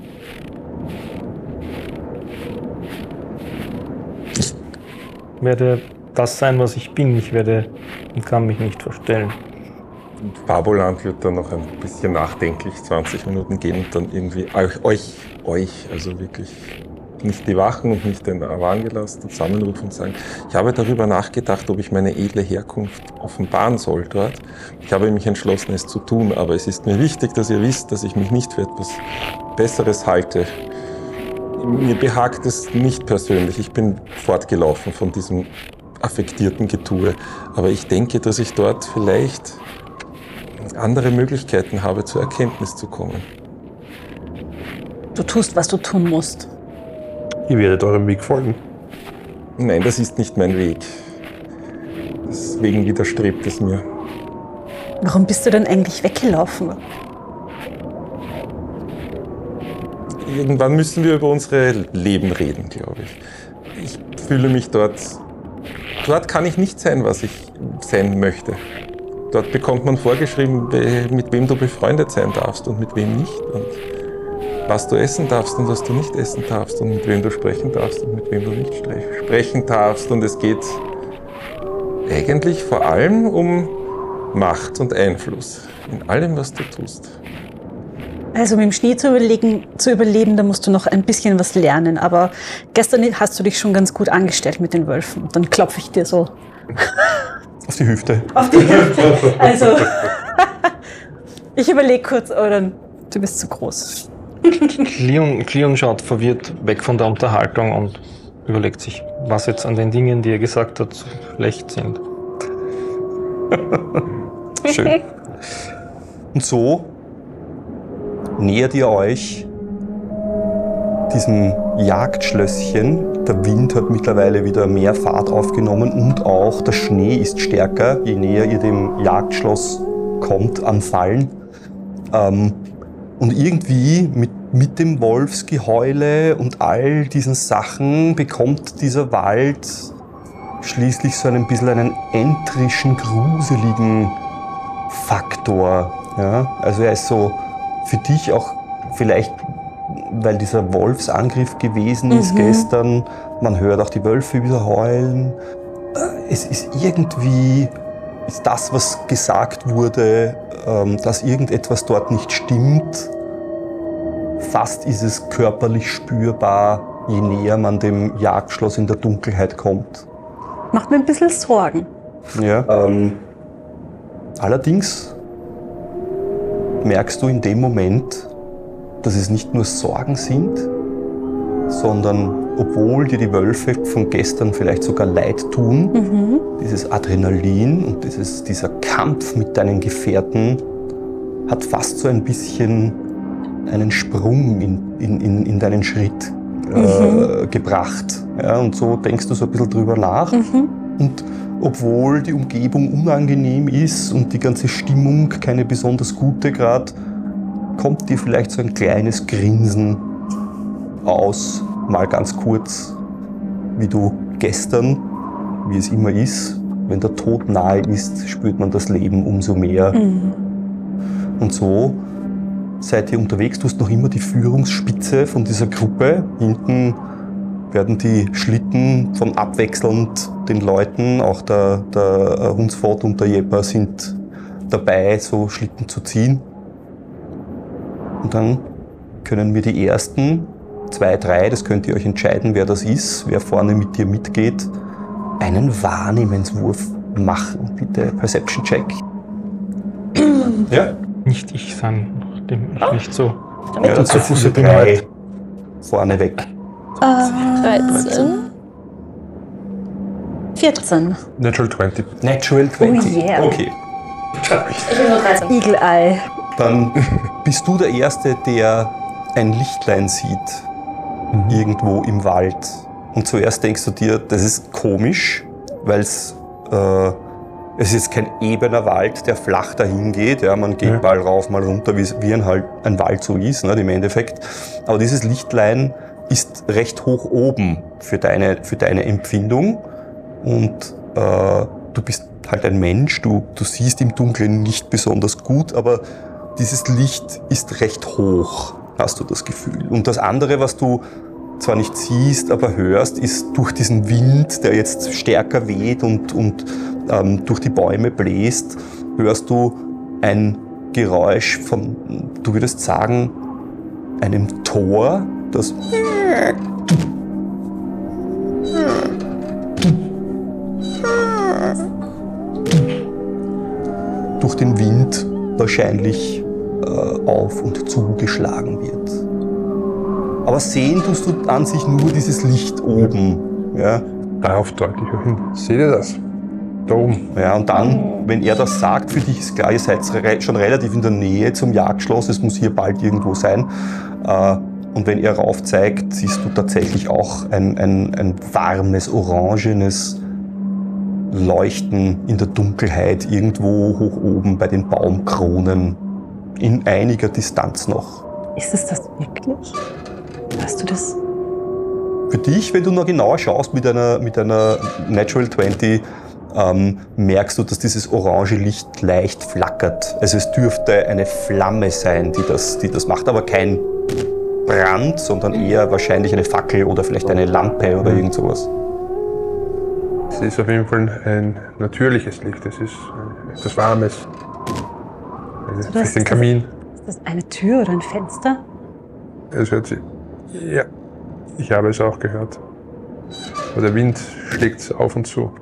Ich werde das sein, was ich bin. Ich werde und kann mich nicht verstellen. Und Fabuland wird dann noch ein bisschen nachdenklich zwanzig Minuten gehen und dann irgendwie euch, euch, euch also wirklich nicht die Wachen und nicht den Evangelas zusammenrufen und sagen, ich habe darüber nachgedacht, ob ich meine edle Herkunft offenbaren soll dort. Ich habe mich entschlossen, es zu tun, aber es ist mir wichtig, dass ihr wisst, dass ich mich nicht für etwas Besseres halte. Mir behagt es nicht persönlich. Ich bin fortgelaufen von diesem affektierten Getue. Aber ich denke, dass ich dort vielleicht andere Möglichkeiten habe, zur Erkenntnis zu kommen. Du tust, was du tun musst. Ihr werdet eurem Weg folgen. Nein, das ist nicht mein Weg. Deswegen widerstrebt es mir. Warum bist du denn eigentlich weggelaufen? Irgendwann müssen wir über unsere Leben reden, glaube ich. Ich fühle mich dort... Dort kann ich nicht sein, was ich sein möchte. Dort bekommt man vorgeschrieben, mit wem du befreundet sein darfst und mit wem nicht. Und was du essen darfst und was du nicht essen darfst und mit wem du sprechen darfst und mit wem du nicht sprechen darfst. Und es geht eigentlich vor allem um Macht und Einfluss in allem, was du tust. Also mit dem Schnee zu, überlegen, zu überleben, da musst du noch ein bisschen was lernen. Aber gestern hast du dich schon ganz gut angestellt mit den Wölfen. Dann klopfe ich dir so Auf die Hüfte. auf die Hüfte. Also, ich überlege kurz, oh, dann, du bist zu groß. Cleon, Cleon schaut verwirrt weg von der Unterhaltung und überlegt sich, was jetzt an den Dingen, die er gesagt hat, so schlecht sind. Schön. Und so nähert ihr euch diesem Jagdschlösschen. Der Wind hat mittlerweile wieder mehr Fahrt aufgenommen und auch der Schnee ist stärker, je näher ihr dem Jagdschloss kommt, am Fallen. Ähm, und irgendwie mit, mit dem Wolfsgeheule und all diesen Sachen bekommt dieser Wald schließlich so ein bisschen einen entrischen, gruseligen Faktor. Ja? Also er ist so für dich auch vielleicht, weil dieser Wolfsangriff gewesen ist mhm. gestern, man hört auch die Wölfe wieder heulen. Es ist irgendwie, ist das, was gesagt wurde, dass irgendetwas dort nicht stimmt, fast ist es körperlich spürbar, je näher man dem Jagdschloss in der Dunkelheit kommt. Macht mir ein bisschen Sorgen. Ja. Ähm, allerdings merkst du in dem Moment, dass es nicht nur Sorgen sind, sondern obwohl dir die Wölfe von gestern vielleicht sogar leid tun, mhm. dieses Adrenalin und dieses, dieser Kampf mit deinen Gefährten hat fast so ein bisschen einen Sprung in, in, in, in deinen Schritt äh, mhm. gebracht. Ja, und so denkst du so ein bisschen drüber nach. Mhm. Und obwohl die Umgebung unangenehm ist und die ganze Stimmung keine besonders gute gerade, kommt dir vielleicht so ein kleines Grinsen aus, mal ganz kurz, wie du gestern, wie es immer ist, wenn der Tod nahe ist, spürt man das Leben umso mehr. Mhm. Und so seid ihr unterwegs, du hast noch immer die Führungsspitze von dieser Gruppe. Hinten werden die Schlitten von abwechselnd den Leuten, auch der, der Hunsfort und der Jepper sind dabei, so Schlitten zu ziehen. Und dann können wir die ersten zwei, drei, das könnt ihr euch entscheiden, wer das ist, wer vorne mit dir mitgeht, einen Wahrnehmenswurf machen. Bitte, Perception-Check. Ja. Nicht ich sein, nachdem ich oh. nicht so ja, dann zu Fuße bin. Drei vorne weg. dreizehn. vierzehn. Natural zwanzig. Natural zwanzig. Oh yeah. Okay. Ich bin nur dreizehn. Eagle Eye. Dann bist du der Erste, der ein Lichtlein sieht, mhm. irgendwo im Wald. Und zuerst denkst du dir, das ist komisch, weil es äh, es ist jetzt kein ebener Wald, der flach dahin geht. Ja, man geht ja. mal rauf, mal runter, wie, wie ein, halt ein Wald so ist, ne, im Endeffekt. Aber dieses Lichtlein ist recht hoch oben für deine, für deine Empfindung. Und äh, du bist halt ein Mensch, du, du siehst im Dunkeln nicht besonders gut, aber dieses Licht ist recht hoch, hast du das Gefühl. Und das andere, was du zwar nicht siehst, aber hörst, ist durch diesen Wind, der jetzt stärker weht und, und ähm, durch die Bäume bläst, hörst du ein Geräusch von, du würdest sagen, einem Tor, das durch den Wind wahrscheinlich äh, auf und zugeschlagen wird. Aber sehen tust du an sich nur dieses Licht oben. Ja. Darauf deutlicher hin. Seht ihr das? Da oben. Ja, und dann, wenn er das sagt, für dich ist klar, ihr seid re- schon relativ in der Nähe zum Jagdschloss, es muss hier bald irgendwo sein. Äh, und wenn er rauf zeigt, siehst du tatsächlich auch ein, ein, ein warmes, orangenes Leuchten in der Dunkelheit, irgendwo hoch oben bei den Baumkronen, in einiger Distanz noch. Ist es das wirklich? Weißt du das? Für dich, wenn du noch genauer schaust mit einer, mit einer Natural zwanzig, ähm, merkst du, dass dieses orange Licht leicht flackert. Also es dürfte eine Flamme sein, die das, die das macht, aber kein Brand, sondern eher wahrscheinlich eine Fackel oder vielleicht eine Lampe oder irgend sowas. Es ist auf jeden Fall ein natürliches Licht. Es ist etwas Warmes. Also das- vielleicht ein Kamin. Ist das eine Tür oder ein Fenster? Es hört sich. Ja, ich habe es auch gehört. Aber der Wind schlägt auf und zu.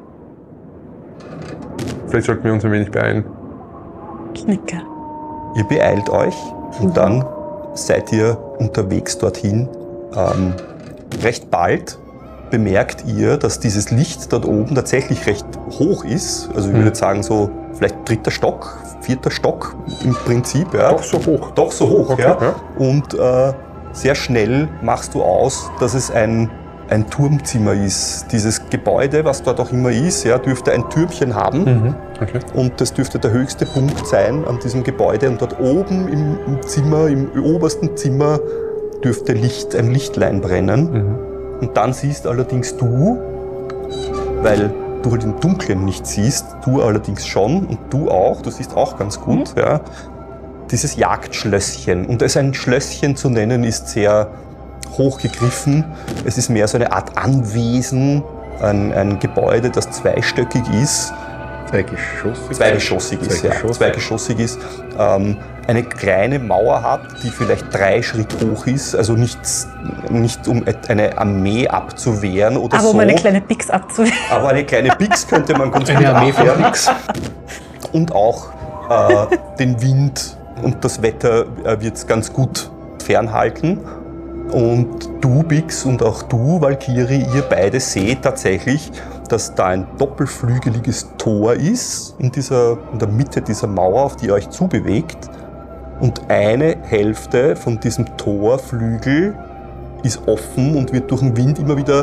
Vielleicht sollten wir uns ein wenig beeilen. Knicker. Ihr beeilt euch und dann seid ihr unterwegs dorthin. Ähm, recht bald bemerkt ihr, dass dieses Licht dort oben tatsächlich recht hoch ist. Also ich würde sagen so vielleicht dritter Stock, vierter Stock im Prinzip. Ja. Doch so hoch. Doch so hoch, Okay, ja. ja. Und äh, sehr schnell machst du aus, dass es ein, ein Turmzimmer ist. Dieses Gebäude, was dort auch immer ist, ja, dürfte ein Türmchen haben. Mhm. Okay. Und das dürfte der höchste Punkt sein an diesem Gebäude. Und dort oben im, im Zimmer, im obersten Zimmer, dürfte Licht, ein Lichtlein brennen. Mhm. Und dann siehst allerdings du, weil du halt im Dunkeln nicht siehst, du allerdings schon und du auch, du siehst auch ganz gut, mhm. ja, dieses Jagdschlösschen. Und es ein Schlösschen zu nennen, ist sehr hochgegriffen. Es ist mehr so eine Art Anwesen, ein, ein Gebäude, das zweistöckig ist. Zweigeschossig? Zweigeschossig ist, ja. Zweigeschossig ist. Ähm, eine kleine Mauer hat, die vielleicht drei Schritt hoch ist, also nicht, nicht um eine Armee abzuwehren oder Aber so. um eine kleine Pix abzuwehren. Aber eine kleine Pix könnte man ganz gut Eine Armee von abwehren. Pix. Und auch äh, den Wind und das Wetter äh, wird es ganz gut fernhalten. Und du, Bix, und auch du, Valkyrie, ihr beide seht tatsächlich, dass da ein doppelflügeliges Tor ist in, dieser, in der Mitte dieser Mauer, auf die ihr euch zubewegt. Und eine Hälfte von diesem Torflügel ist offen und wird durch den Wind immer wieder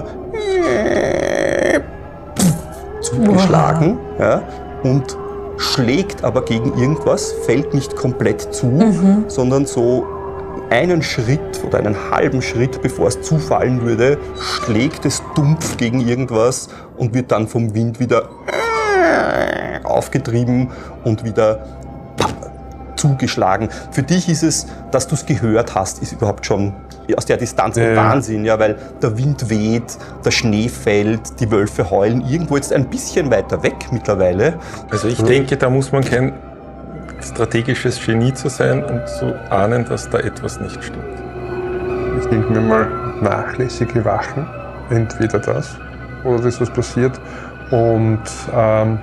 zugeschlagen. Ja, und schlägt aber gegen irgendwas, fällt nicht komplett zu, Mhm. sondern so einen Schritt oder einen halben Schritt, bevor es zufallen würde, schlägt es dumpf gegen irgendwas und wird dann vom Wind wieder aufgetrieben und wieder zugeschlagen. Für dich ist es, dass du es gehört hast, ist überhaupt schon aus der Distanz ein Ja. Wahnsinn, ja, weil der Wind weht, der Schnee fällt, die Wölfe heulen, irgendwo jetzt ein bisschen weiter weg mittlerweile. Also ich denke, da muss man kein strategisches Genie zu sein, um zu ahnen, dass da etwas nicht stimmt. Ich denke mir mal nachlässige Wachen, entweder das oder das, was passiert, und ähm,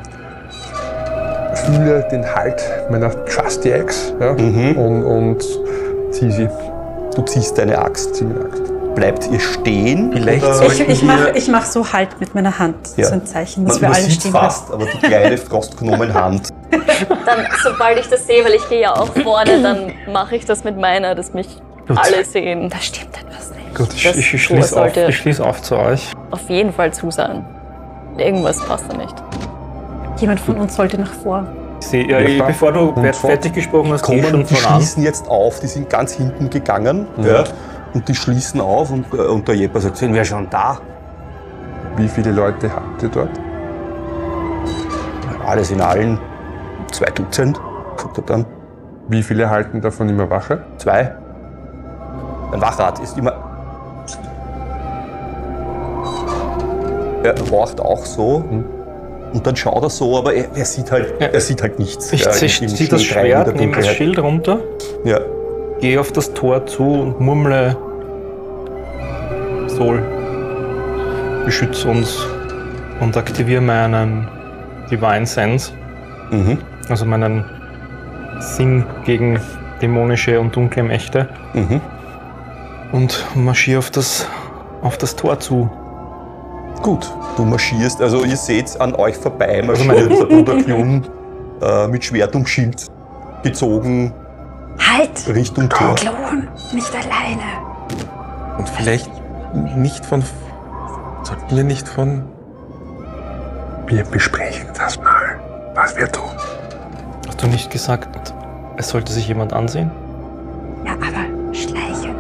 fühle den Halt meiner Trusty Axe, ja, Mhm. und, und ziehe sie. Du ziehst deine Axt. Zieh meine Axt. Bleibt ihr stehen? Vielleicht oder? soll Ich, ich mache ich mach so Halt mit meiner Hand. Ja. So ein Zeichen, dass Man, wir man alle sieht stehen fast, aber die kleine Frostgnomenhand. Dann, sobald ich das sehe, weil ich gehe ja auch vorne, dann mache ich das mit meiner, dass mich Gut. alle sehen. Da stimmt etwas nicht. Gut, ich, Das ich, ich Tor schließe auf, sollte- ich schließ auf zu euch. Auf jeden Fall zusagen. Irgendwas passt da nicht. Jemand von uns sollte nach vor. Ich seh, ja, Ja, ich, klar. bevor du Und fer- fort. fertig gesprochen hast, geh Kommen, schon die voran. schließen jetzt auf, die sind ganz hinten gegangen. Mhm. Ja, und die schließen auf und, äh, und der Jepper sagt, sind wir schon da? Wie viele Leute habt ihr dort? Alles in allen zwei Dutzend, sagt er dann. Wie viele halten davon immer Wache? Zwei. Ein Wachrat ist immer... Er horcht auch so. Mhm. Und dann schaut er so, aber er, er, sieht, halt, Ja. er sieht halt nichts. Ich ja, zieh, im- im zieh das Schneetreiben, in Schwert, der nehme das Dunkelheit. Schild runter, Ja. gehe auf das Tor zu und murmle: Sol, beschütze uns, und aktiviere meinen Divine Sense, Mhm. also meinen Sinn gegen dämonische und dunkle Mächte, Mhm. und marschiere auf das, auf das Tor zu. Gut, du marschierst, also ihr seht an euch vorbei, marschiert der Bruder Klum äh, mit Schwert und Schild gezogen Halt! Richtung Tor. Klon, nicht alleine. Und vielleicht nicht von... Sollten wir nicht von... Wir besprechen das mal, was wir tun. Hast du nicht gesagt, es sollte sich jemand ansehen? Ja, aber schleichend.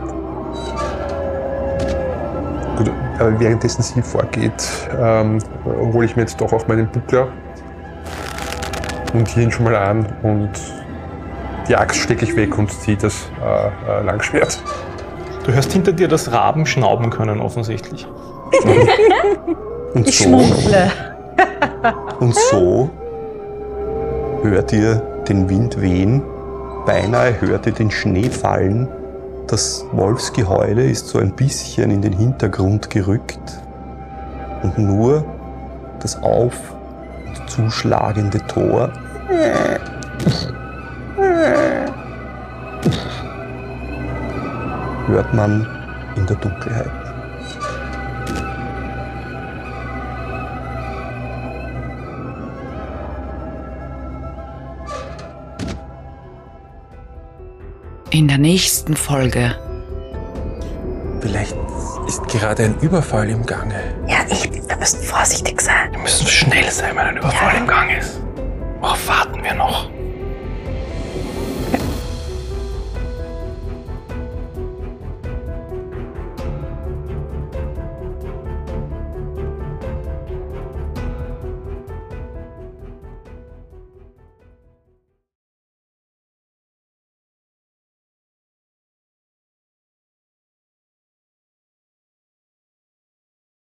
Gut, aber währenddessen sie vorgeht, ähm, hole ich mir jetzt doch auch meinen Buckler und ziehe ihn schon mal an und die Axt stecke ich weg und ziehe das äh, äh, Langschwert. Du hörst hinter dir das Raben schnauben können, offensichtlich. Und Ich so, schmunzle. und so hört ihr den Wind wehen, beinahe hört ihr den Schnee fallen. Das Wolfsgeheule ist so ein bisschen in den Hintergrund gerückt und nur das auf- und zuschlagende Tor hört man in der Dunkelheit. In der nächsten Folge. Vielleicht ist gerade ein Überfall im Gange. Ja, eben. Wir müssen vorsichtig sein. Wir müssen schnell sein, wenn ein Überfall Ja. im Gang ist. Worauf warten wir noch?